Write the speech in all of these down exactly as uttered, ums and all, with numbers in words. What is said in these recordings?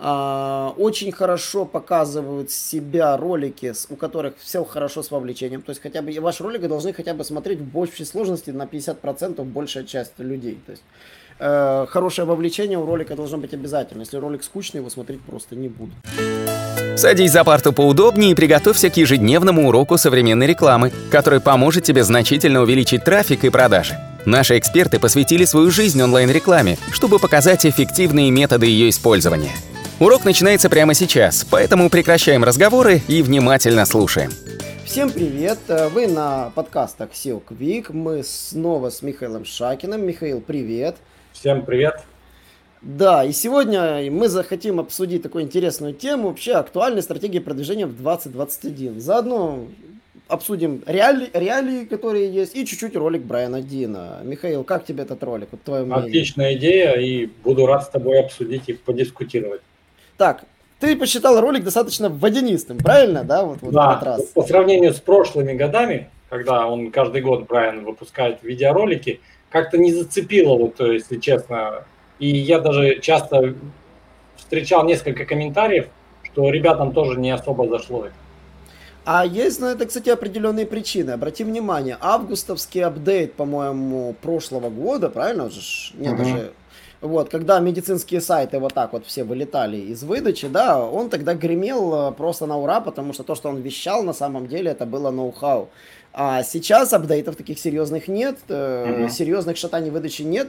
А, Очень хорошо показывают себя ролики, с- у которых все хорошо с вовлечением. То есть хотя бы и ваши ролики должны хотя бы смотреть в общей сложности на пятьдесят процентов большая часть людей. То есть э, хорошее вовлечение у ролика должно быть обязательно. Если ролик скучный, его смотреть просто не буду. Садись за парту поудобнее и приготовься к ежедневному уроку современной рекламы, который поможет тебе значительно увеличить трафик и продажи. Наши эксперты посвятили свою жизнь онлайн-рекламе, чтобы показать эффективные методы ее использования. Урок начинается прямо сейчас, поэтому прекращаем разговоры и внимательно слушаем. Всем привет! Вы на подкастах эс и о Quick. Мы снова с Михаилом Шакиным. Михаил, привет! Всем привет! Да, и сегодня мы захотим обсудить такую интересную тему, вообще актуальные стратегии продвижения в двадцать двадцать один. Заодно обсудим реали, реалии, которые есть, и чуть-чуть ролик Брайана Дина. Михаил, как тебе этот ролик? Вот твое мнение. Отличная идея, и буду рад с тобой обсудить и подискутировать. Так, ты посчитал ролик достаточно водянистым, правильно, да? Вот, вот да, в этот раз. По сравнению с прошлыми годами, когда он каждый год, Брайан, выпускает видеоролики, как-то не зацепило, вот, если честно. И я даже часто встречал несколько комментариев, что ребятам тоже не особо зашло это. А есть на это, кстати, определенные причины. Обрати внимание, августовский апдейт, по-моему, прошлого года, правильно? Нет, угу. даже... Вот, когда медицинские сайты вот так вот все вылетали из выдачи, да, он тогда гремел просто на ура, потому что то, что он вещал, на самом деле это было ноу-хау. А сейчас апдейтов таких серьезных нет, mm-hmm. серьезных шатаний выдачи нет.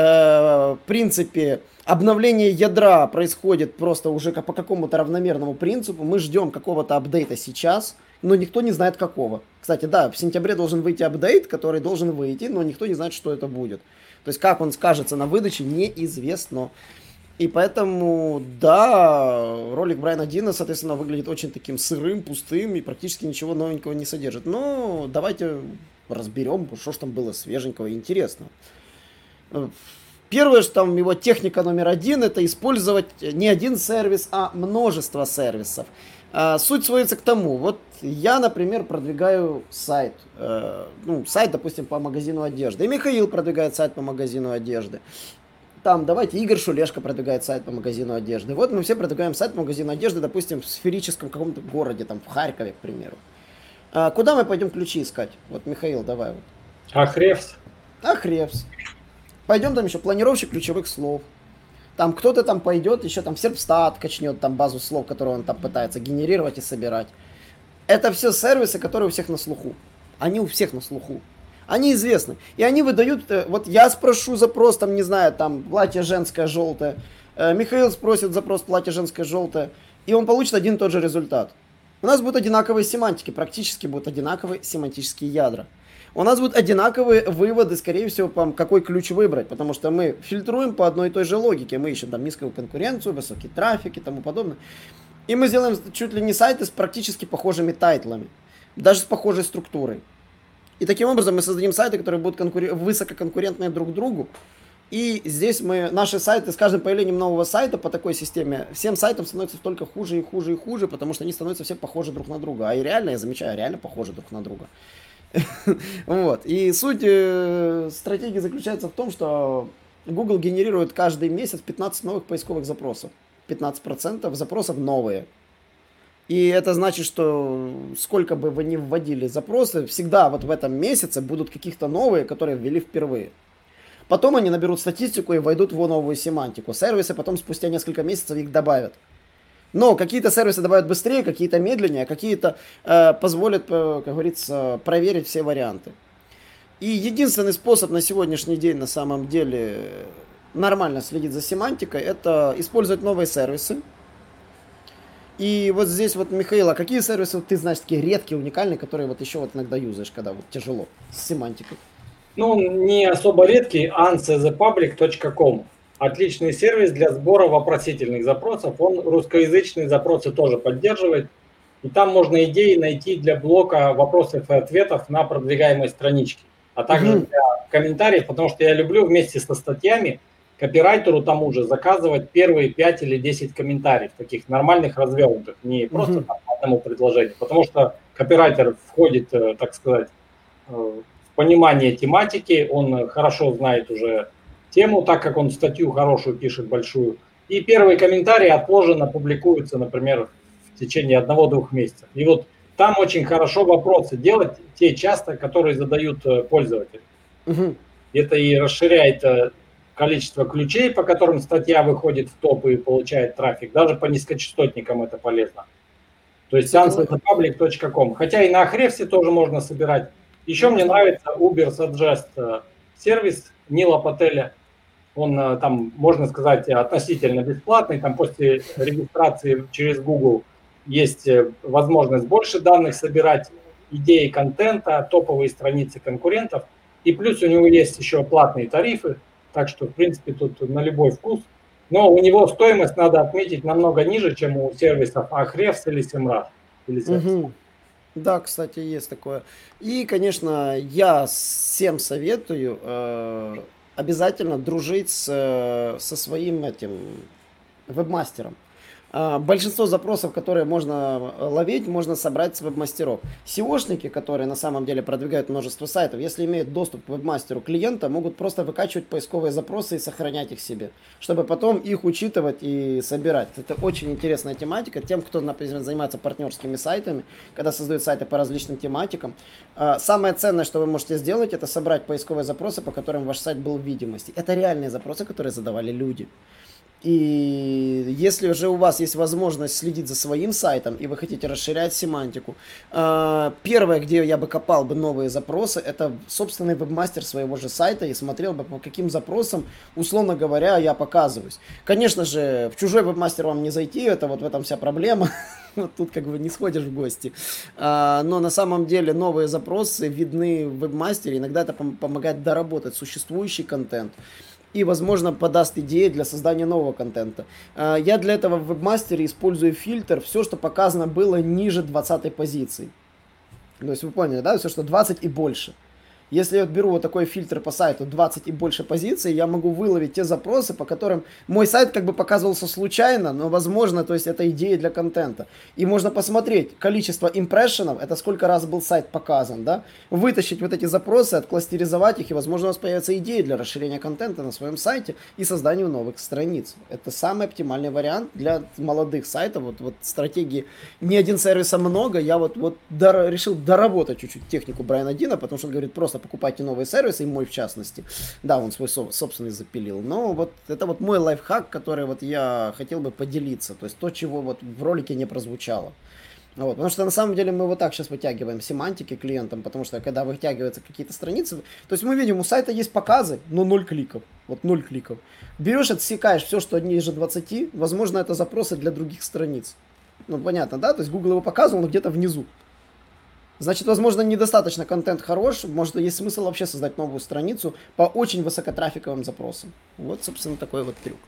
В принципе, обновление ядра происходит просто уже по какому-то равномерному принципу. Мы ждем какого-то апдейта сейчас, но никто не знает какого. Кстати, да, в сентябре должен выйти апдейт, который должен выйти, но никто не знает, что это будет. То есть, как он скажется на выдаче, неизвестно. И поэтому, да, ролик Брайана Дина, соответственно, выглядит очень таким сырым, пустым и практически ничего новенького не содержит. Но давайте разберем, что ж там было свеженького и интересного. Первое, что там его техника номер один, это использовать не один сервис, а множество сервисов. А, суть сводится к тому, вот я, например, продвигаю сайт, э, ну, сайт, допустим, по магазину одежды, и Михаил продвигает сайт по магазину одежды. Там, давайте, Игорь Шулешко продвигает сайт по магазину одежды. Вот мы все продвигаем сайт по магазину одежды, допустим, в сферическом каком-то городе, там, в Харькове, к примеру. А куда мы пойдем ключи искать? Вот, Михаил, давай вот. Ахревс. Ахревс. Пойдем там еще планировщик ключевых слов. Там кто-то там пойдет, еще там Серпстат качнет там базу слов, которую он там пытается генерировать и собирать. Это все сервисы, которые у всех на слуху. Они у всех на слуху. Они известны. И они выдают, вот я спрошу запрос, там, не знаю, там, платье женское желтое. Михаил спросит запрос платье женское желтое. И он получит один и тот же результат. У нас будут одинаковые семантики, практически будут одинаковые семантические ядра. У нас будут одинаковые выводы, скорее всего, по какой ключ выбрать, потому что мы фильтруем по одной и той же логике. Мы ищем там низкую конкуренцию, высокий трафик и тому подобное. И мы сделаем чуть ли не сайты с практически похожими тайтлами, даже с похожей структурой. И таким образом мы создадим сайты, которые будут конкури- высококонкурентные друг другу. И здесь мы, наши сайты, с каждым появлением нового сайта по такой системе, всем сайтам становится только хуже и хуже и хуже, потому что они становятся все похожи друг на друга. А и реально, я замечаю, реально похожи друг на друга. Вот. И суть э, стратегии заключается в том, что Google генерирует каждый месяц пятнадцать новых поисковых запросов. пятнадцать процентов запросов новые. И это значит, что сколько бы вы ни вводили запросы, всегда вот в этом месяце будут каких-то новые, которые ввели впервые. Потом они наберут статистику и войдут в новую семантику. Сервисы потом спустя несколько месяцев их добавят. Но какие-то сервисы добавят быстрее, какие-то медленнее, какие-то э, позволят, э, как говорится, проверить все варианты. И единственный способ на сегодняшний день на самом деле нормально следить за семантикой, это использовать новые сервисы. И вот здесь вот, Михаил, а какие сервисы ты знаешь такие редкие, уникальные, которые вот еще вот иногда юзаешь, когда вот тяжело с семантикой? Ну, не особо редкий, answer the public точка com. Отличный сервис для сбора вопросительных запросов. Он русскоязычные запросы тоже поддерживает. И там можно идеи найти для блока вопросов и ответов на продвигаемой страничке. А также Мгм. для комментариев, потому что я люблю вместе со статьями копирайтеру тому же заказывать первые пять или десять комментариев, таких нормальных, развернутых, не просто Мгм. там по одному предложению. Потому что копирайтер входит, э, так сказать, э, в понимание тематики, он хорошо знает уже тему, так как он статью хорошую пишет, большую, И первые комментарии отложенно публикуются, например, в течение одного-двух месяцев. И вот там очень хорошо вопросы делать, те часто, которые задают пользователи. Угу. Это и расширяет количество ключей, по которым статья выходит в топ и получает трафик. Даже по низкочастотникам это полезно. То есть answer the public точка com. Хотя и на Ahrefs тоже можно собирать. Еще мне нравится Uber Suggest сервис Нила Пателя. Он там, можно сказать, относительно бесплатный. Там после регистрации через Google есть возможность больше данных собирать, идеи контента, топовые страницы конкурентов. И плюс у него есть еще платные тарифы. Так что, в принципе, тут на любой вкус. Но у него стоимость, надо отметить, намного ниже, чем у сервисов Ahrefs или Semrush. Или угу. Да, кстати, есть такое. И, конечно, я всем советую э, обязательно дружить с, со своим этим вебмастером. Большинство запросов, которые можно ловить, можно собрать с веб-мастеров. сеошники, которые на самом деле продвигают множество сайтов, если имеют доступ к веб-мастеру клиента, могут просто выкачивать поисковые запросы и сохранять их себе, чтобы потом их учитывать и собирать. Это очень интересная тематика. Тем, кто, например, занимается партнерскими сайтами, когда создают сайты по различным тематикам, самое ценное, что вы можете сделать, это собрать поисковые запросы, по которым ваш сайт был в видимости. Это реальные запросы, которые задавали люди. И если уже у вас есть возможность следить за своим сайтом и вы хотите расширять семантику, первое, где я бы копал бы новые запросы, это собственный вебмастер своего же сайта и смотрел бы, по каким запросам, условно говоря, я показываюсь. Конечно же, в чужой вебмастер вам не зайти, это вот в этом вся проблема. Вот тут как бы не сходишь в гости. Но на самом деле новые запросы видны в вебмастере. Иногда это помогает доработать существующий контент. И, возможно, подаст идеи для создания нового контента. Я для этого в вебмастере использую фильтр, все, что показано было ниже двадцатой позиции. То есть вы поняли, да? Все, что двадцать и больше. Если я беру вот такой фильтр по сайту двадцать и больше позиций, я могу выловить те запросы, по которым мой сайт как бы показывался случайно, но возможно, то есть это идеи для контента. И можно посмотреть количество импрессионов, это сколько раз был сайт показан, да, вытащить вот эти запросы, откластеризовать их, и возможно у вас появятся идеи для расширения контента на своем сайте и создания новых страниц. Это самый оптимальный вариант для молодых сайтов. Вот, вот стратегии не один сервис, а много. Я вот, вот дор- решил доработать чуть-чуть технику Брайана Дина, потому что он говорит, просто покупайте новые сервисы, и мой в частности. Да, он свой со- собственный запилил. Но вот это вот мой лайфхак, который вот я хотел бы поделиться. То есть то, чего вот в ролике не прозвучало. Вот, потому что на самом деле мы вот так сейчас вытягиваем семантики клиентам, потому что когда вытягиваются какие-то страницы, то есть мы видим, у сайта есть показы, но ноль кликов. Вот ноль кликов. Берешь, отсекаешь все, что ниже двадцати, возможно, это запросы для других страниц. Ну, понятно, да? То есть Google его показывал, но где-то внизу. Значит, возможно, недостаточно контент хорош, может, есть смысл вообще создать новую страницу по очень высокотрафиковым запросам. Вот, собственно, такой вот трюк.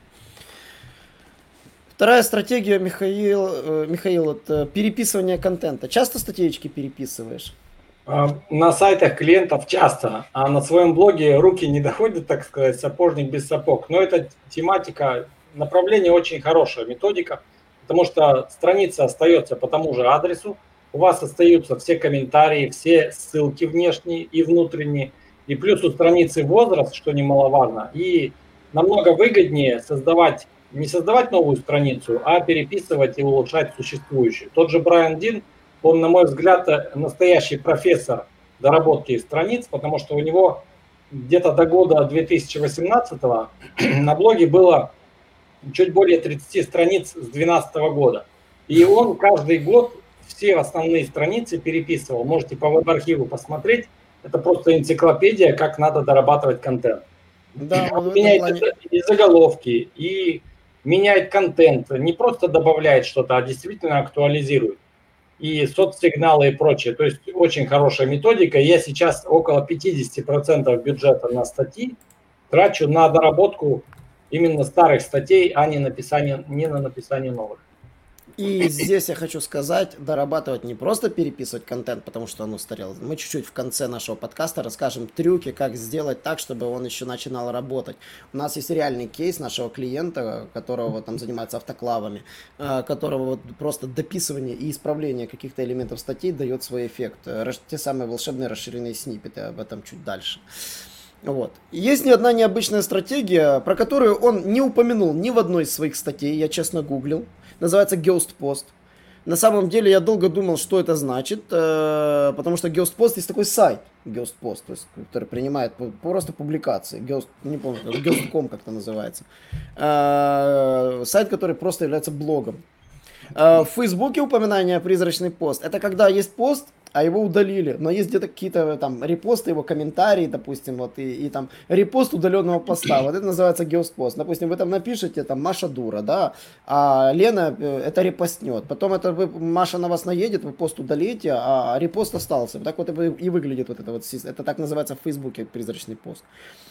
Вторая стратегия, Михаил, э, Михаил, это переписывание контента. Часто статейки переписываешь? На сайтах клиентов часто, а на своем блоге руки не доходят, так сказать, сапожник без сапог. Но эта тематика, направление очень хорошая, методика, потому что страница остается по тому же адресу, у вас остаются все комментарии, все ссылки внешние и внутренние, и плюс у страницы возраст, что немаловажно, и намного выгоднее создавать, не создавать новую страницу, а переписывать и улучшать существующую. Тот же Брайан Дин, он, на мой взгляд, настоящий профессор доработки страниц, потому что у него где-то до года две тысячи восемнадцатого на блоге было чуть более тридцати страниц с две тысячи двенадцатого года. И он каждый год все основные страницы переписывал. Можете по веб-архиву посмотреть. Это просто энциклопедия, как надо дорабатывать контент. Да, он меняет плане... и заголовки, и меняет контент. Не просто добавляет что-то, а действительно актуализирует. И соцсигналы и прочее. То есть очень хорошая методика. Я сейчас около пятьдесят процентов бюджета на статьи трачу на доработку именно старых статей, а не, написание, не на написание новых. И здесь я хочу сказать, дорабатывать не просто переписывать контент, потому что он устарел. Мы чуть-чуть в конце нашего подкаста расскажем трюки, как сделать так, чтобы он еще начинал работать. У нас есть реальный кейс нашего клиента, которого там занимается автоклавами, которого вот просто дописывание и исправление каких-то элементов статей дает свой эффект. Те самые волшебные расширенные сниппеты, об этом чуть дальше. Вот. Есть не одна необычная стратегия, про которую он не упомянул ни в одной из своих статей, я честно гуглил. Называется Ghost Post. На самом деле я долго думал, что это значит, э, потому что Ghost Post есть такой сайт, Ghost Post, то есть, который принимает просто публикации, Ghost, не помню, Ghost точка ком как-то называется. Э, сайт, который просто является блогом. Э, в Фейсбуке упоминание «призрачный пост» — это когда есть пост, а его удалили, но есть где-то какие-то там репосты, его комментарии, допустим, вот, и, и там репост удаленного поста, вот это называется Ghost Post. Допустим, вы там напишете, там, Маша дура, да, а Лена это репостнет, потом это вы, Маша на вас наедет, вы пост удалите, а репост остался. Так вот и выглядит вот это вот, это так называется в Фейсбуке призрачный пост.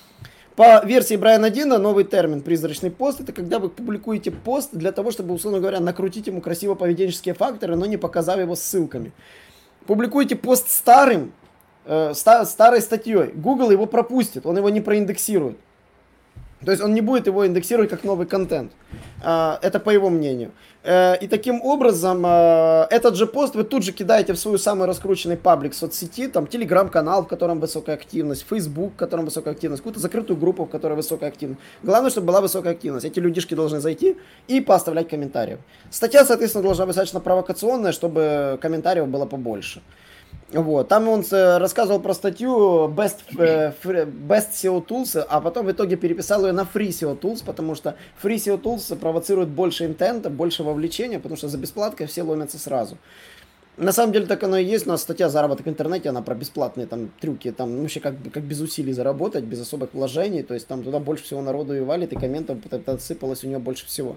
По версии Брайана Дина новый термин «призрачный пост» — это когда вы публикуете пост для того, чтобы, условно говоря, накрутить ему красиво поведенческие факторы, но не показав его ссылками. Публикуете пост старым, э, ста, старой статьей, Google его пропустит, он его не проиндексирует. То есть он не будет его индексировать как новый контент. Э, это по его мнению. Э, и таким образом, э, этот же пост вы тут же кидаете в свой самый раскрученный паблик соцсети, там телеграм-канал, в котором высокая активность, Facebook, в котором высокая активность, какую-то закрытую группу, в которой высокая активность. Главное, чтобы была высокая активность. Эти людишки должны зайти и поставлять комментарии. Статья, соответственно, должна быть достаточно провокационная, чтобы комментариев было побольше. Вот. Там он рассказывал про статью Best, Best эс и о Tools, а потом в итоге переписал ее на Free эс и о Tools, потому что Free эс и о Tools провоцирует больше интента, больше вовлечения, потому что за бесплаткой все ломятся сразу. На самом деле так оно и есть, но статья «Заработок в интернете», она про бесплатные там трюки, там ну, вообще как, как без усилий заработать, без особых вложений, то есть там туда больше всего народу и валит, и комментов отсыпалось у нее больше всего.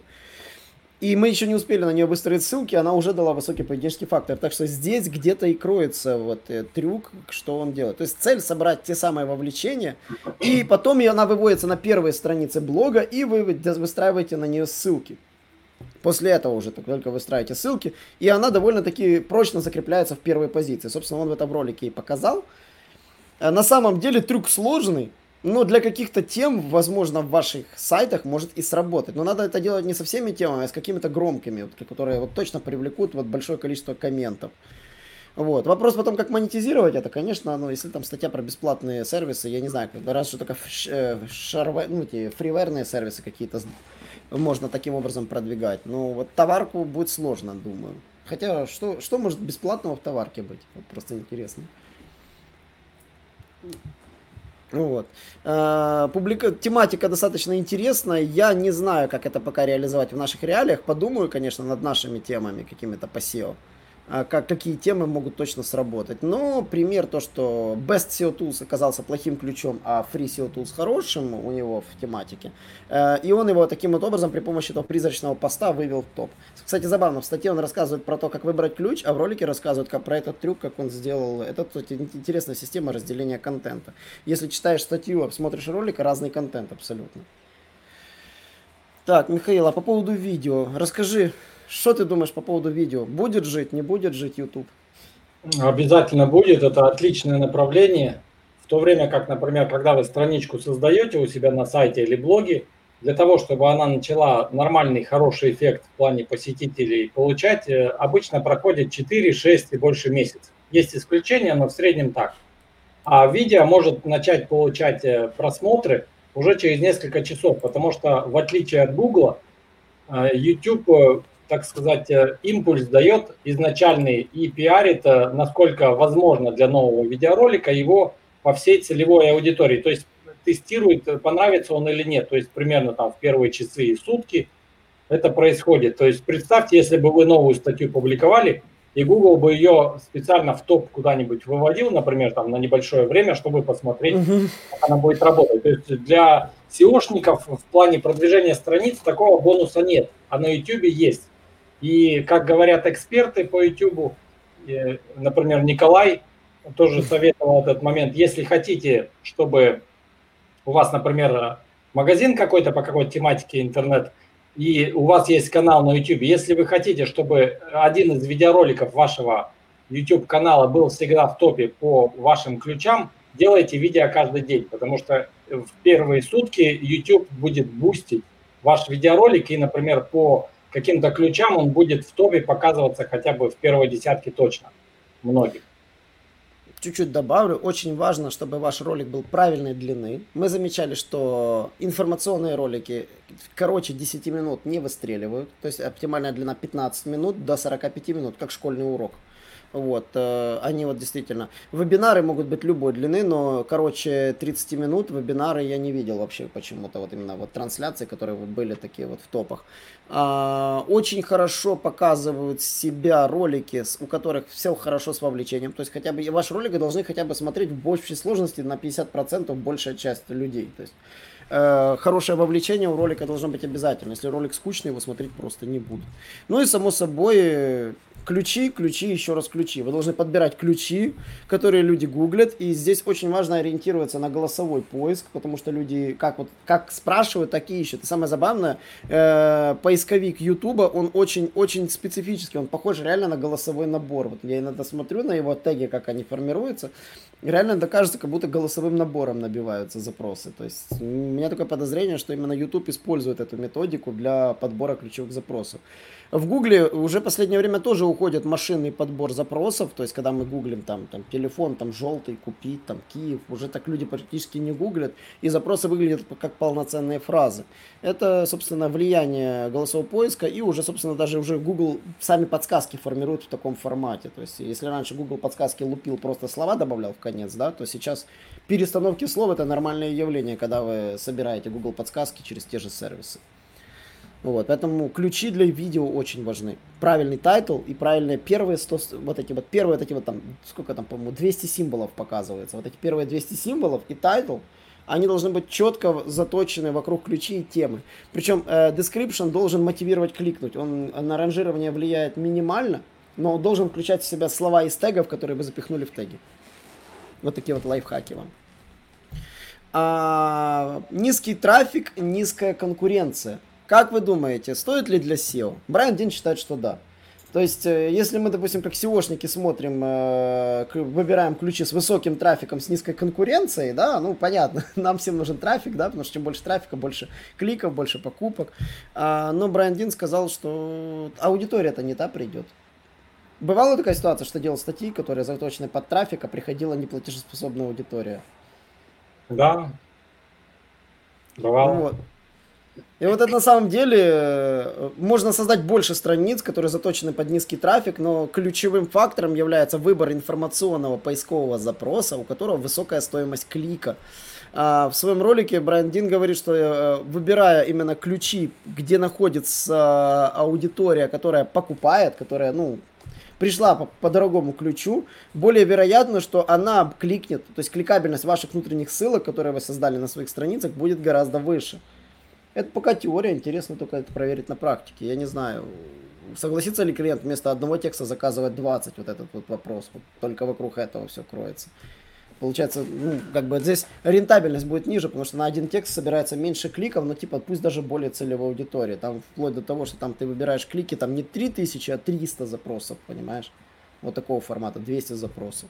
И мы еще не успели на нее выстроить ссылки, она уже дала высокий поведенческий фактор. Так что здесь где-то и кроется вот э, трюк, что он делает. То есть цель собрать те самые вовлечения, и потом ее, она выводится на первые страницы блога, и вы выстраиваете на нее ссылки. После этого уже только выстраиваете ссылки, и она довольно-таки прочно закрепляется в первой позиции. Собственно, он в этом ролике и показал. На самом деле трюк сложный. Но для каких-то тем, возможно, в ваших сайтах может и сработать. Но надо это делать не со всеми темами, а с какими-то громкими, вот, которые вот точно привлекут вот большое количество комментов. Вот. Вопрос потом, как монетизировать это, конечно, ну, если там статья про бесплатные сервисы, я не знаю, раз что только шарве, ну, эти фривэрные сервисы какие-то можно таким образом продвигать. Но вот товарку будет сложно, думаю. Хотя, что, что может бесплатного в товарке быть? Вот просто интересно. Вот. Публика... Тематика достаточно интересная. Я не знаю, как это пока реализовать в наших реалиях. Подумаю, конечно, над нашими темами, какими-то по сео. Как, какие темы могут точно сработать. Но пример то, что Best эс и о Tools оказался плохим ключом, а Free эс и о Tools хорошим у него в тематике. И он его таким вот образом при помощи этого призрачного поста вывел в топ. Кстати, забавно, в статье он рассказывает про то, как выбрать ключ, а в ролике рассказывает как, про этот трюк, как он сделал. Это, кстати, интересная система разделения контента. Если читаешь статью, смотришь ролик, разный контент абсолютно. Так, Михаил, а по поводу видео, расскажи, что ты думаешь по поводу видео? Будет жить, не будет жить YouTube? Обязательно будет, это отличное направление. В то время как, например, когда вы страничку создаете у себя на сайте или блоге, для того, чтобы она начала нормальный, хороший эффект в плане посетителей получать, обычно проходит четыре, шесть и больше месяцев. Есть исключения, но в среднем так. А видео может начать получать просмотры уже через несколько часов, потому что, в отличие от Google, YouTube, так сказать, импульс дает изначальный и пиарит, насколько возможно для нового видеоролика его по всей целевой аудитории. То есть тестирует, понравится он или нет. То есть примерно там в первые часы и сутки это происходит. То есть представьте, если бы вы новую статью публиковали, и Google бы ее специально в топ куда-нибудь выводил, например, там на небольшое время, чтобы посмотреть, uh-huh. как она будет работать. То есть для сеошников в плане продвижения страниц такого бонуса нет, а на YouTube есть. И, как говорят эксперты по YouTube, например, Николай тоже советовал этот момент, если хотите, чтобы у вас, например, магазин какой-то по какой-то тематике интернет, и у вас есть канал на YouTube, если вы хотите, чтобы один из видеороликов вашего YouTube-канала был всегда в топе по вашим ключам, делайте видео каждый день, потому что в первые сутки YouTube будет бустить ваш видеоролик, и, например, по каким-то ключам он будет в топе показываться хотя бы в первой десятке точно, многих. чуть-чуть добавлю. Очень важно, чтобы ваш ролик был правильной длины. Мы замечали, что информационные ролики короче десять минут не выстреливают. То есть оптимальная длина пятнадцать минут до сорок пять минут, как школьный урок. Вот, э, они вот действительно... Вебинары могут быть любой длины, но короче тридцать минут вебинары я не видел вообще почему-то. Вот именно вот трансляции, которые вот были такие вот в топах. А, очень хорошо показывают себя ролики, у которых все хорошо с вовлечением. То есть хотя бы ваши ролики должны хотя бы смотреть в общей сложности на пятьдесят процентов большая часть людей. То есть э, хорошее вовлечение у ролика должно быть обязательно. Если ролик скучный, его смотреть просто не будут. Ну и само собой... Ключи, ключи, еще раз ключи. Вы должны подбирать ключи, которые люди гуглят. И здесь очень важно ориентироваться на голосовой поиск, потому что люди как, вот, как спрашивают, так и ищут. И самое забавное, э, поисковик Ютуба, он очень-очень специфический. Он похож реально на голосовой набор. Вот я иногда смотрю на его теги, как они формируются. И реально это кажется, как будто голосовым набором набиваются запросы. То есть у меня такое подозрение, что именно YouTube использует эту методику для подбора ключевых запросов. В Гугле уже в последнее время тоже уходит машинный подбор запросов, то есть когда мы гуглим там, там телефон, там желтый, купить, там Киев, уже так люди практически не гуглят, и запросы выглядят как полноценные фразы. Это, собственно, влияние голосового поиска, и уже, собственно, даже уже Google сами подсказки формируют в таком формате. То есть если раньше Google подсказки лупил, просто слова добавлял в конец, да, то сейчас перестановки слов это нормальное явление, когда вы собираете Google подсказки через те же сервисы. Вот, поэтому ключи для видео очень важны. Правильный тайтл и правильные первые сто, вот эти вот первые вот эти вот там, сколько там, по-моему, двести символов показывается. Вот эти первые двести символов и тайтл, они должны быть четко заточены вокруг ключей и темы. Причем э, description должен мотивировать кликнуть. Он на ранжирование влияет минимально, но он должен включать в себя слова из тегов, которые вы запихнули в теги. Вот такие вот лайфхаки вам. А, низкий трафик, низкая конкуренция. Как вы думаете, стоит ли для сео? Брайан Дин считает, что да. То есть, если мы, допустим, как сеошники смотрим, выбираем ключи с высоким трафиком, с низкой конкуренцией, да, ну, понятно, нам всем нужен трафик, да, потому что чем больше трафика, больше кликов, больше покупок. Но Брайан Дин сказал, что аудитория-то не та придет. Бывала такая ситуация, что делал статьи, которые заточены под трафик, а приходила неплатежеспособная аудитория? Да, бывало. Вот. И вот это на самом деле можно создать больше страниц, которые заточены под низкий трафик, но ключевым фактором является выбор информационного поискового запроса, у которого высокая стоимость клика. А в своем ролике Брайан Дин говорит, что выбирая именно ключи, где находится аудитория, которая покупает, которая, ну, пришла по, по дорогому ключу, более вероятно, что она кликнет, то есть кликабельность ваших внутренних ссылок, которые вы создали на своих страницах, будет гораздо выше. Это пока теория, интересно только это проверить на практике. Я не знаю, согласится ли клиент вместо одного текста заказывать двадцать, вот этот вот вопрос. Вот только вокруг этого все кроется. Получается, ну, как бы здесь рентабельность будет ниже, потому что на один текст собирается меньше кликов, но типа пусть даже более целевой аудитории. Там вплоть до того, что там ты выбираешь клики, там не три тысячи, а триста запросов, понимаешь? Вот такого формата, двести запросов.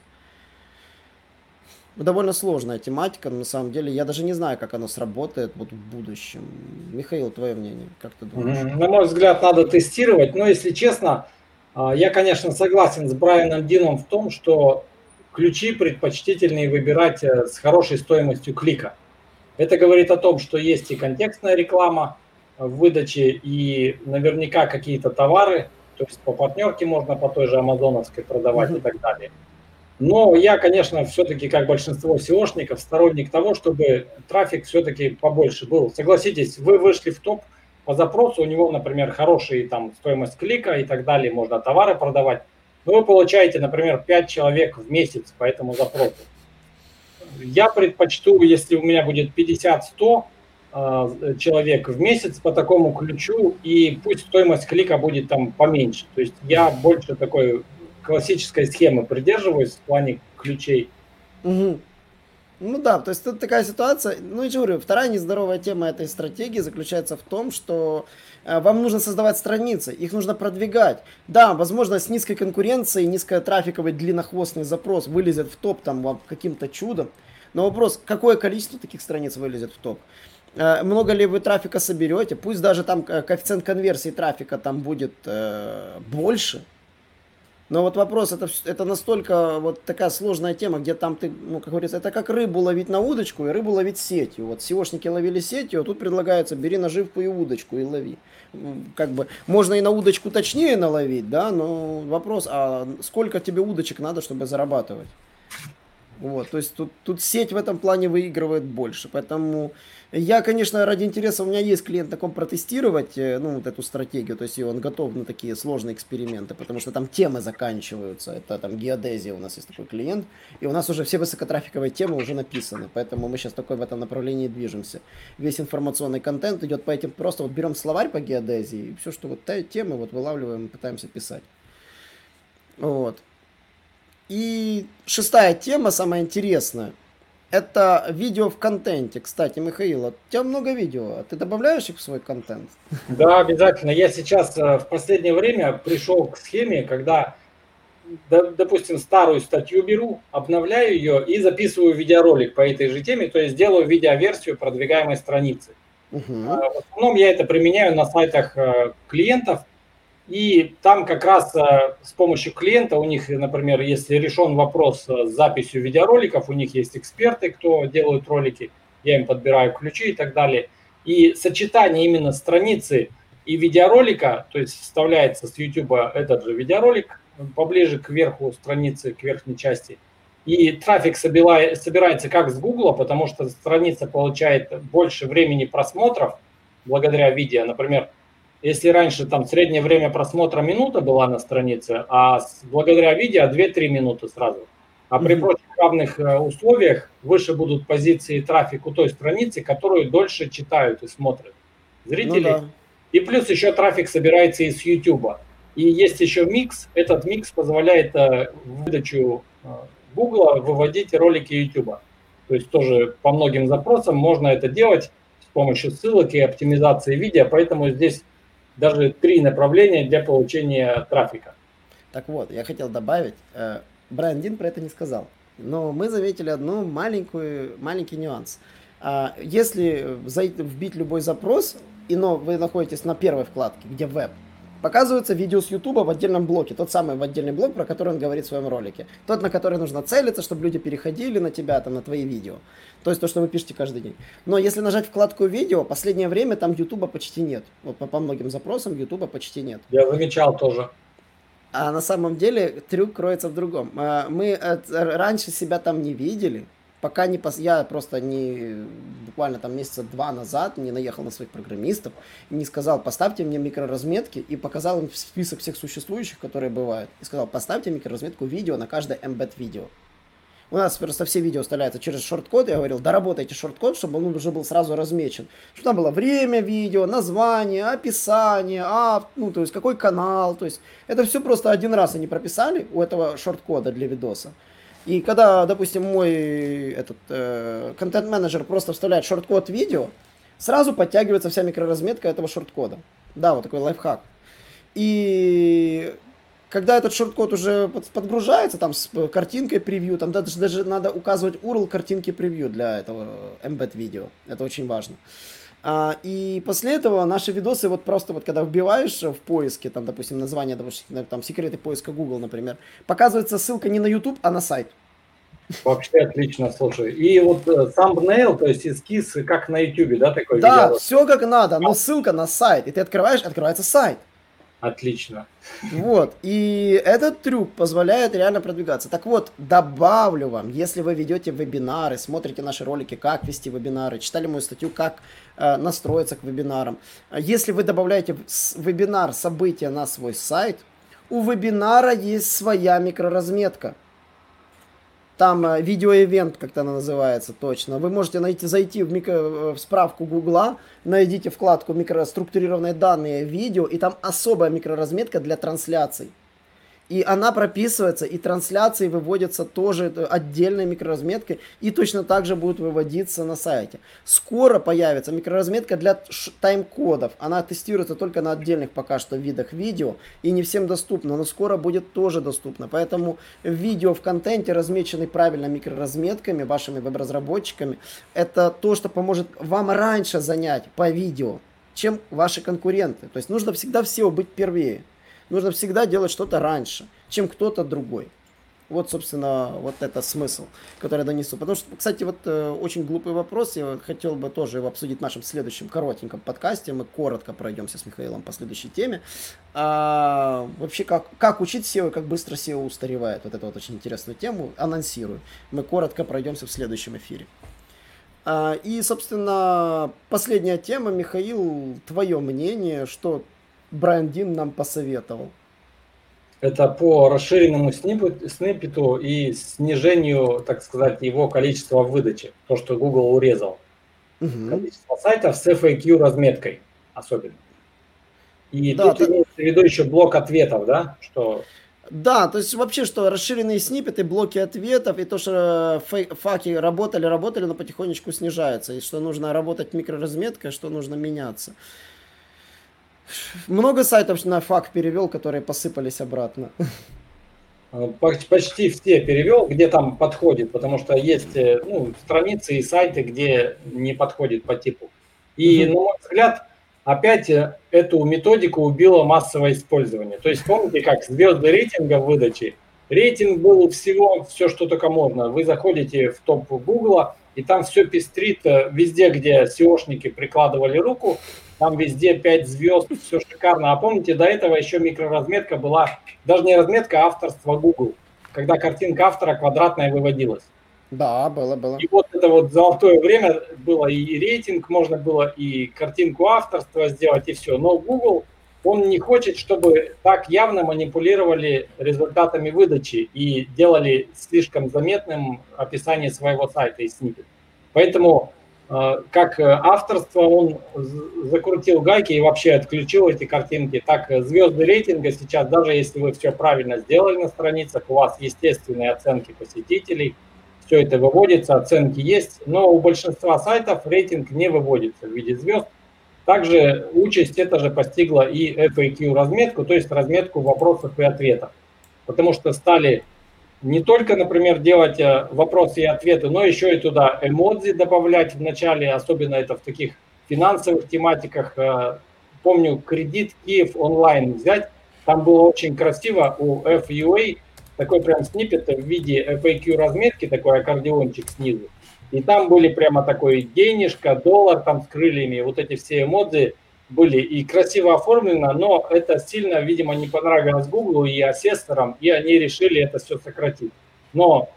Довольно сложная тематика, на самом деле. Я даже не знаю, как оно сработает вот в будущем. Михаил, твое мнение, как ты думаешь? На мой взгляд, надо тестировать. Но, если честно, я, конечно, согласен с Брайаном Дином в том, что ключи предпочтительнее выбирать с хорошей стоимостью клика. Это говорит о том, что есть и контекстная реклама в выдаче, и наверняка какие-то товары, то есть по партнерке можно по той же амазоновской продавать mm-hmm. и так далее. Но я, конечно, все-таки, как большинство сеошников, сторонник того, чтобы трафик все-таки побольше был. Согласитесь, вы вышли в топ по запросу, у него, например, хорошая там стоимость клика и так далее, можно товары продавать, но вы получаете, например, пять человек в месяц по этому запросу. Я предпочту, если у меня будет пятьдесят-сто э, человек в месяц по такому ключу, и пусть стоимость клика будет там поменьше. То есть я больше такой классической схемы придерживаюсь в плане ключей. Угу. Ну да, то есть тут такая ситуация. Ну и говорю, вторая нездоровая тема этой стратегии заключается в том, что э, вам нужно создавать страницы, их нужно продвигать. Да, возможно, с низкой конкуренцией, низкотрафиковый длиннохвостный запрос вылезет в топ там вам каким-то чудом. Но вопрос, какое количество таких страниц вылезет в топ? Э, много ли вы трафика соберете? Пусть даже там коэффициент конверсии трафика там будет э, больше. Но вот вопрос, это, вс- это настолько вот такая сложная тема, где там ты, ну, как говорится, это как рыбу ловить на удочку и рыбу ловить сетью. Вот сеошники ловили сетью, а тут предлагается, бери наживку и удочку и лови. М, Как бы, можно и на удочку точнее наловить, да, но вопрос, а сколько тебе удочек надо, чтобы зарабатывать? Вот, то есть тут, тут сеть в этом плане выигрывает больше. Поэтому я, конечно, ради интереса, у меня есть клиент таком протестировать, э, ну, вот эту стратегию, то есть и он готов на такие сложные эксперименты, потому что там темы заканчиваются. Это там геодезия у нас есть такой клиент, и у нас уже все высокотрафиковые темы уже написаны, поэтому мы сейчас такой в этом направлении движемся. Весь информационный контент идет по этим, просто вот берем словарь по геодезии, и все, что вот те темы вот вылавливаем и пытаемся писать. Вот. И шестая тема, самая интересная, это видео в контенте. Кстати, Михаил, а у тебя много видео, а ты добавляешь их в свой контент? Да, обязательно. Я сейчас э, в последнее время пришел к схеме, когда, да, допустим, старую статью беру, обновляю ее и записываю видеоролик по этой же теме, то есть делаю видеоверсию продвигаемой страницы. Угу. В основном я это применяю на сайтах э, клиентов, и там как раз э, с помощью клиента у них, например, если решен вопрос э, с записью видеороликов, у них есть эксперты, кто делают ролики, я им подбираю ключи и так далее. И сочетание именно страницы и видеоролика, то есть вставляется с YouTube этот же видеоролик поближе к верху страницы, к верхней части, и трафик собира- собирается как с Google, потому что страница получает больше времени просмотров благодаря видео. Например, если раньше там среднее время просмотра минута была на странице, а с- благодаря видео две-три минуты сразу. А при Мгм. прочих равных э, условиях выше будут позиции трафик у той страницы, которую дольше читают и смотрят Ну зрители. да. И плюс еще трафик собирается из YouTube. И есть еще микс. Этот микс позволяет э, в выдачу э, Google выводить ролики YouTube. То есть тоже по многим запросам можно это делать с помощью ссылок и оптимизации видео. Поэтому здесь даже три направления для получения трафика. Так вот, я хотел добавить, э, Брайан Дин про это не сказал, но мы заметили одну маленькую, маленький нюанс. А, Если зай- вбить любой запрос, и но вы находитесь на первой вкладке, где веб, показывается видео с Ютуба в отдельном блоке, тот самый в отдельный блок, про который он говорит в своем ролике. Тот, на который нужно целиться, чтобы люди переходили на тебя, там, на твои видео. То есть то, что вы пишете каждый день. Но если нажать вкладку видео, в последнее время там Ютуба почти нет. Вот по, по многим запросам Ютуба почти нет. Я замечал тоже. А на самом деле трюк кроется в другом. А, Мы от- раньше себя там не видели, пока не пос... я просто не буквально там месяца два назад не наехал на своих программистов, не сказал, поставьте мне микроразметки, и показал им список всех существующих, которые бывают, и сказал, поставьте микроразметку видео на каждое embed видео. У нас просто все видео вставляются через шорт-код. Я говорил, доработайте шорт-код, чтобы он уже был сразу размечен. Чтобы там было время видео, название, описание, а, ну, то есть какой канал. То есть это все просто один раз они прописали у этого шорт-кода для видоса. И когда, допустим, мой этот э, контент-менеджер просто вставляет шорт-код видео, сразу подтягивается вся микроразметка этого шорт-кода. Да, вот такой лайфхак. И когда этот шорт-код уже подгружается, там с картинкой превью, там даже, даже надо указывать ю ар эл картинки превью для этого embed видео. Это очень важно. А, и после этого наши видосы, вот просто вот когда вбиваешь в поиске, там, допустим, название, допустим, там, секреты поиска Google, например, показывается ссылка не на YouTube, а на сайт. Вообще отлично, слушай. И вот э, thumbnail, то есть эскиз, как на YouTube, да, такой Да, видео? все как надо, но ссылка на сайт. И ты открываешь, открывается сайт. Отлично. Вот, и этот трюк позволяет реально продвигаться. Так вот, добавлю вам, если вы ведете вебинары, смотрите наши ролики, как вести вебинары, читали мою статью, как э, настроиться к вебинарам. Если вы добавляете с- вебинар события на свой сайт, у вебинара есть своя микроразметка. Там э, видеоивент, как-то она называется точно. Вы можете найти, зайти в, микро, в справку Гугла, найдите вкладку микроструктурированные данные видео, и там особая микроразметка для трансляций. И она прописывается, и трансляции выводятся тоже отдельной микроразметкой, и точно так же будут выводиться на сайте. Скоро появится микроразметка для тайм-кодов. Она тестируется только на отдельных пока что видах видео, и не всем доступна, но скоро будет тоже доступна. Поэтому видео в контенте, размеченный правильно микроразметками, вашими веб-разработчиками, это то, что поможет вам раньше занять по видео, чем ваши конкуренты. То есть нужно всегда всего быть первее. Нужно всегда делать что-то раньше, чем кто-то другой. Вот, собственно, вот это смысл, который я донесу. Потому что, кстати, вот э, очень глупый вопрос, я хотел бы тоже его обсудить в нашем следующем коротеньком подкасте. Мы коротко пройдемся с Михаилом по следующей теме. А, вообще, как, как учить сео и как быстро сео устаревает. Вот эту вот очень интересную тему анонсирую. Мы коротко пройдемся в следующем эфире. А, и, собственно, последняя тема. Михаил, твое мнение, что Брайан Дин нам посоветовал? Это по расширенному сниппету и снижению, так сказать, его количества в выдаче. То, что Google урезал. Угу. Количество сайтов с эф эй кью разметкой особенно. И да, тут ты... имеется в виду еще блок ответов, да? Что... Да, то есть вообще, что расширенные сниппеты, блоки ответов, и то, что факи работали, работали, но потихонечку снижаются. И что нужно работать микроразметкой, что нужно меняться. Много сайтов на фак перевел, которые посыпались обратно. Почти все перевел, где там подходит, потому что есть ну, страницы и сайты, где не подходит по типу. И, угу. на мой взгляд, опять эту методику убило массовое использование. То есть помните, как звезды рейтинга в выдаче? Рейтинг был у всего, все, что только можно. Вы заходите в топ Гугла, и там все пестрит везде, где сеошники прикладывали руку. Там везде пять звезд, все шикарно. А помните, до этого еще микроразметка была, даже не разметка, а авторство Google, когда картинка автора квадратная выводилась. Да, было, было. И вот это вот золотое время было, и рейтинг можно было, и картинку авторства сделать, и все. Но Google, он не хочет, чтобы так явно манипулировали результатами выдачи и делали слишком заметным описание своего сайта и сниппет. Поэтому... как авторство он закрутил гайки и вообще отключил эти картинки. Так, звезды рейтинга сейчас, даже если вы все правильно сделали на страницах, у вас естественные оценки посетителей, все это выводится, оценки есть, но у большинства сайтов рейтинг не выводится в виде звезд. Также участь это же постигла и эф эй кью разметку, то есть разметку вопросов и ответов. Потому что стали не только, например, делать вопросы и ответы, но еще и туда эмодзи добавлять в начале, особенно это в таких финансовых тематиках. Помню, кредит Киев онлайн взять, там было очень красиво у эф ю эй, такой прям сниппет в виде эф эй кью разметки, такой аккордеончик снизу. И там были прямо такой денежка, доллар там с крыльями, вот эти все эмодзи были и красиво оформлено, но это сильно, видимо, не понравилось Google и ассессорам, и они решили это все сократить. Но,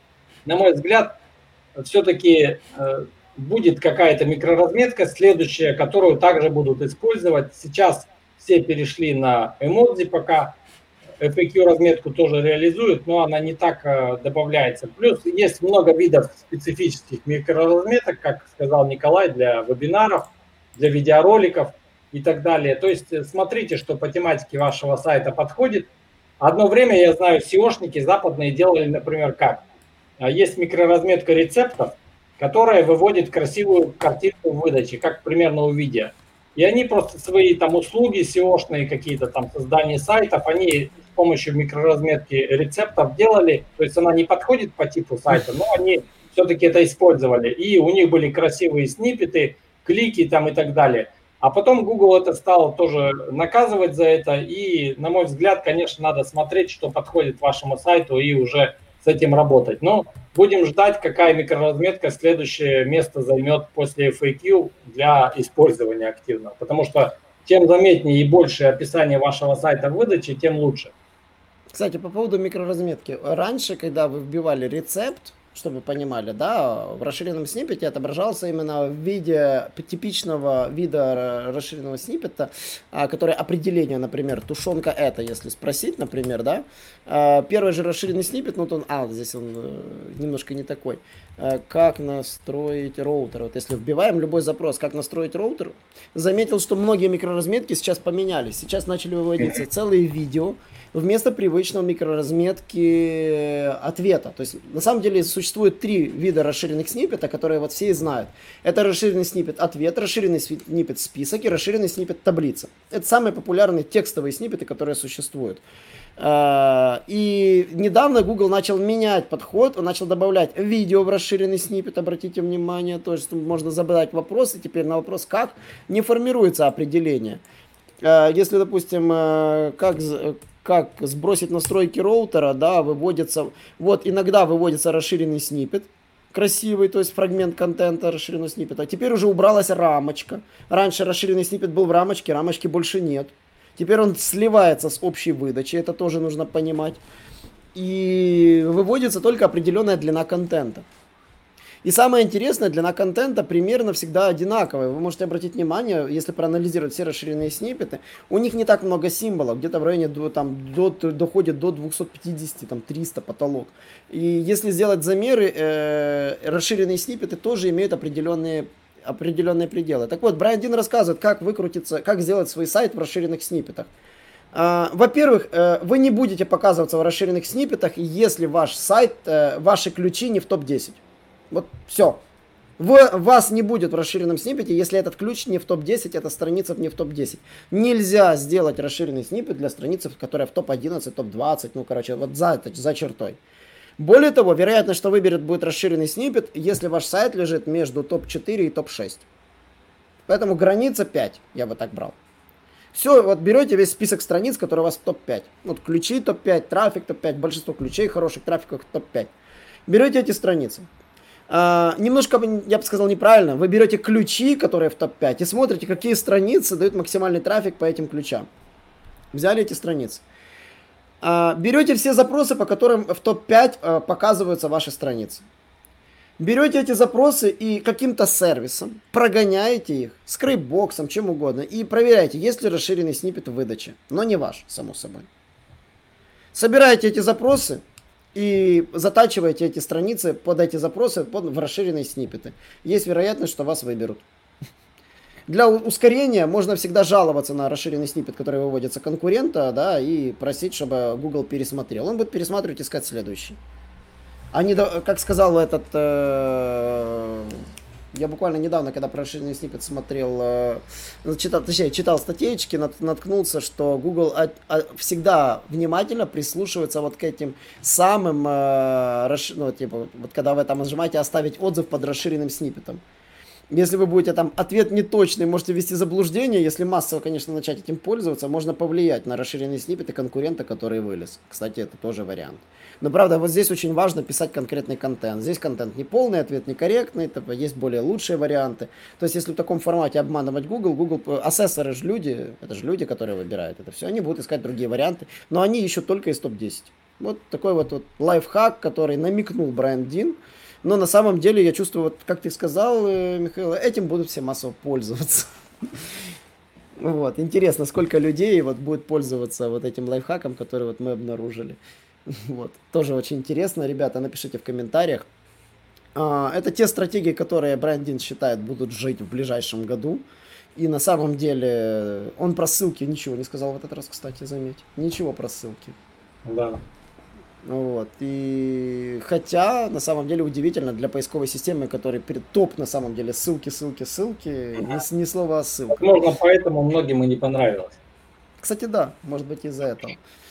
на мой взгляд, все-таки э, будет какая-то микроразметка следующая, которую также будут использовать. Сейчас все перешли на эмодзи пока. эф эй кью разметку тоже реализуют, но она не так э, добавляется. Плюс есть много видов специфических микроразметок, как сказал Николай, для вебинаров, для видеороликов и так далее. То есть смотрите, что по тематике вашего сайта подходит. Одно время, я знаю, сеошники западные делали, например, как? Есть микроразметка рецептов, которая выводит красивую картинку в выдаче, как примерно у видео. И они просто свои там услуги сеошные какие-то, там создание сайтов, они с помощью микроразметки рецептов делали. То есть она не подходит по типу сайта, но они все-таки это использовали. И у них были красивые сниппеты, клики там и так далее. А потом Google это стал тоже наказывать за это. И, на мой взгляд, конечно, надо смотреть, что подходит вашему сайту и уже с этим работать. Но будем ждать, какая микроразметка следующее место займет после эф эй кью для использования активного. Потому что чем заметнее и больше описание вашего сайта в выдаче, тем лучше. Кстати, по поводу микроразметки. Раньше, когда вы вбивали рецепт, чтобы вы понимали, да, в расширенном сниппете отображался именно в виде типичного вида расширенного сниппета, который определение, например, тушенка это, если спросить, например, да, первый же расширенный сниппет, ну, вот он, а, здесь он немножко не такой, как настроить роутер, вот если вбиваем любой запрос, как настроить роутер, заметил, что многие микроразметки сейчас поменялись, сейчас начали выводиться целые видео, вместо привычного микроразметки ответа. То есть, на самом деле, существует три вида расширенных сниппета, которые вот все знают. Это расширенный сниппет ответ, расширенный сниппет список и расширенный сниппет таблица. Это самые популярные текстовые сниппеты, которые существуют. И недавно Google начал менять подход, он начал добавлять видео в расширенный сниппет, обратите внимание, то есть можно задать вопрос, и теперь на вопрос «как» не формируется определение. Если, допустим, как, как сбросить настройки роутера, да, выводится, вот иногда выводится расширенный сниппет, красивый, то есть фрагмент контента расширенного сниппета. Теперь уже убралась рамочка. Раньше расширенный сниппет был в рамочке, рамочки больше нет. Теперь он сливается с общей выдачей, это тоже нужно понимать. И выводится только определенная длина контента. И самое интересное, длина контента примерно всегда одинаковая. Вы можете обратить внимание, если проанализировать все расширенные сниппеты, у них не так много символов, где-то в районе до, там, до, доходит до двести пятьдесят, там, триста потолок. И если сделать замеры, э, расширенные сниппеты тоже имеют определенные, определенные пределы. Так вот, Брайан Дин рассказывает, как выкрутиться, как сделать свой сайт в расширенных сниппетах. Uh, во-первых, uh, вы не будете показываться в расширенных сниппетах, если ваш сайт, uh, ваши ключи не в топ десять. Вот все. Вы, вас не будет в расширенном сниппете, если этот ключ не в топ десять, эта страница не в топ десять. Нельзя сделать расширенный сниппет для страницы, которая в топ одиннадцать, топ двадцать, ну, короче, вот за, за чертой. Более того, вероятность, что выберет будет расширенный сниппет, если ваш сайт лежит между топ четыре и топ шесть. Поэтому граница пять, я бы так брал. Все, вот берете весь список страниц, которые у вас в топ пять. Вот ключи топ пять, трафик топ пять, большинство ключей хороших, трафиков топ пять. Берете эти страницы. А, немножко, я бы сказал, неправильно. Вы берете ключи, которые в топ пять, и смотрите, какие страницы дают максимальный трафик по этим ключам. Взяли эти страницы. А, берете все запросы, по которым в топ пять а, показываются ваши страницы. Берете эти запросы и каким-то сервисом прогоняете их, скрипбоксом, чем угодно, и проверяете, есть ли расширенный сниппет в выдаче, но не ваш, само собой. Собираете эти запросы и затачиваете эти страницы под эти запросы под, в расширенные сниппеты. Есть вероятность, что вас выберут. Для ускорения можно всегда жаловаться на расширенный сниппет, который выводится конкурента, да, и просить, чтобы Google пересмотрел. Он будет пересматривать и искать следующий. Они, как сказал этот, э, я буквально недавно, когда про расширенный сниппет смотрел, э, читал, точнее, читал статейки, нат, наткнулся, что Google от, от, всегда внимательно прислушивается вот к этим самым, э, расш, ну, типа, вот когда вы там нажимаете «Оставить отзыв под расширенным сниппетом». Если вы будете там, ответ неточный, можете ввести заблуждение, если массово, конечно, начать этим пользоваться, можно повлиять на расширенные сниппеты конкурента, который вылез. Кстати, это тоже вариант. Но правда, вот здесь очень важно писать конкретный контент. Здесь контент не полный, ответ некорректный, есть более лучшие варианты. То есть, если в таком формате обманывать Google, Google, ассессоры же люди, это же люди, которые выбирают это все, они будут искать другие варианты, но они ищут только из топ десять. Вот такой вот, вот лайфхак, который намекнул Брайан Дин. Но на самом деле, я чувствую, вот как ты сказал, Михаил, этим будут все массово пользоваться. Вот, интересно, сколько людей вот будет пользоваться вот этим лайфхаком, который вот мы обнаружили. Вот, тоже очень интересно, ребята, напишите в комментариях. Это те стратегии, которые Брайан Дин считает будут жить в ближайшем году. И на самом деле, он про ссылки ничего не сказал в этот раз, кстати, заметь. Ничего про ссылки. Да. Вот, и хотя, на самом деле, удивительно для поисковой системы, которая перед топ, на самом деле, ссылки, ссылки, ссылки, ага. ни, ни слова о ссылках. Возможно, поэтому многим и не понравилось. Кстати, да, может быть, из-за этого.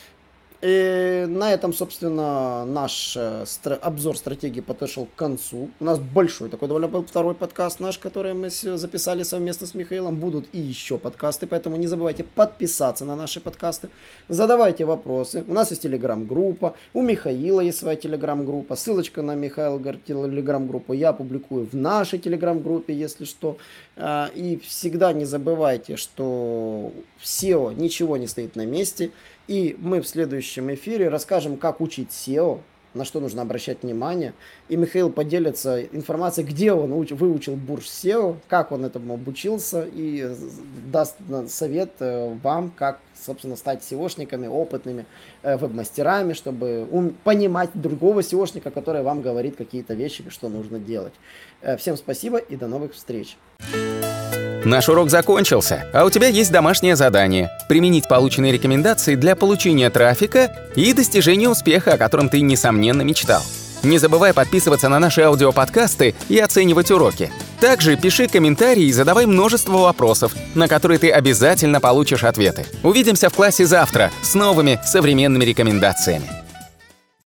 И на этом, собственно, наш стра- обзор стратегии подошел к концу. У нас большой такой довольно был второй подкаст наш, который мы записали совместно с Михаилом. Будут и еще подкасты, поэтому не забывайте подписаться на наши подкасты. Задавайте вопросы. У нас есть телеграм-группа, у Михаила есть своя телеграм-группа. Ссылочка на Михаила телеграм-группу я публикую в нашей телеграм-группе, если что. И всегда не забывайте, что в сео ничего не стоит на месте. И мы в следующем эфире расскажем, как учить сео, на что нужно обращать внимание. И Михаил поделится информацией, где он уч- выучил бурж сео, как он этому обучился, и даст совет вам, как, собственно, стать сеошниками, опытными веб-мастерами, чтобы ум- понимать другого сеошника, который вам говорит какие-то вещи, что нужно делать. Всем спасибо и до новых встреч. Наш урок закончился, а у тебя есть домашнее задание – применить полученные рекомендации для получения трафика и достижения успеха, о котором ты, несомненно, мечтал. Не забывай подписываться на наши аудиоподкасты и оценивать уроки. Также пиши комментарии и задавай множество вопросов, на которые ты обязательно получишь ответы. Увидимся в классе завтра с новыми современными рекомендациями.